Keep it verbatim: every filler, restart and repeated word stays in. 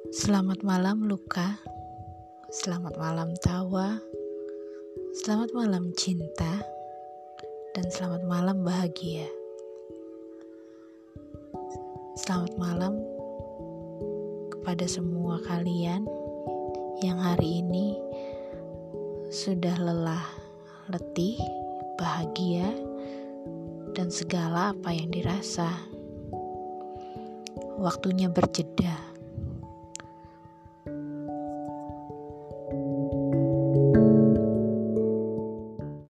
Selamat malam luka, selamat malam tawa, selamat malam cinta, dan selamat malam bahagia. Selamat malam kepada semua kalian yang hari ini sudah lelah, letih, bahagia, dan segala apa yang dirasa. Waktunya berjeda.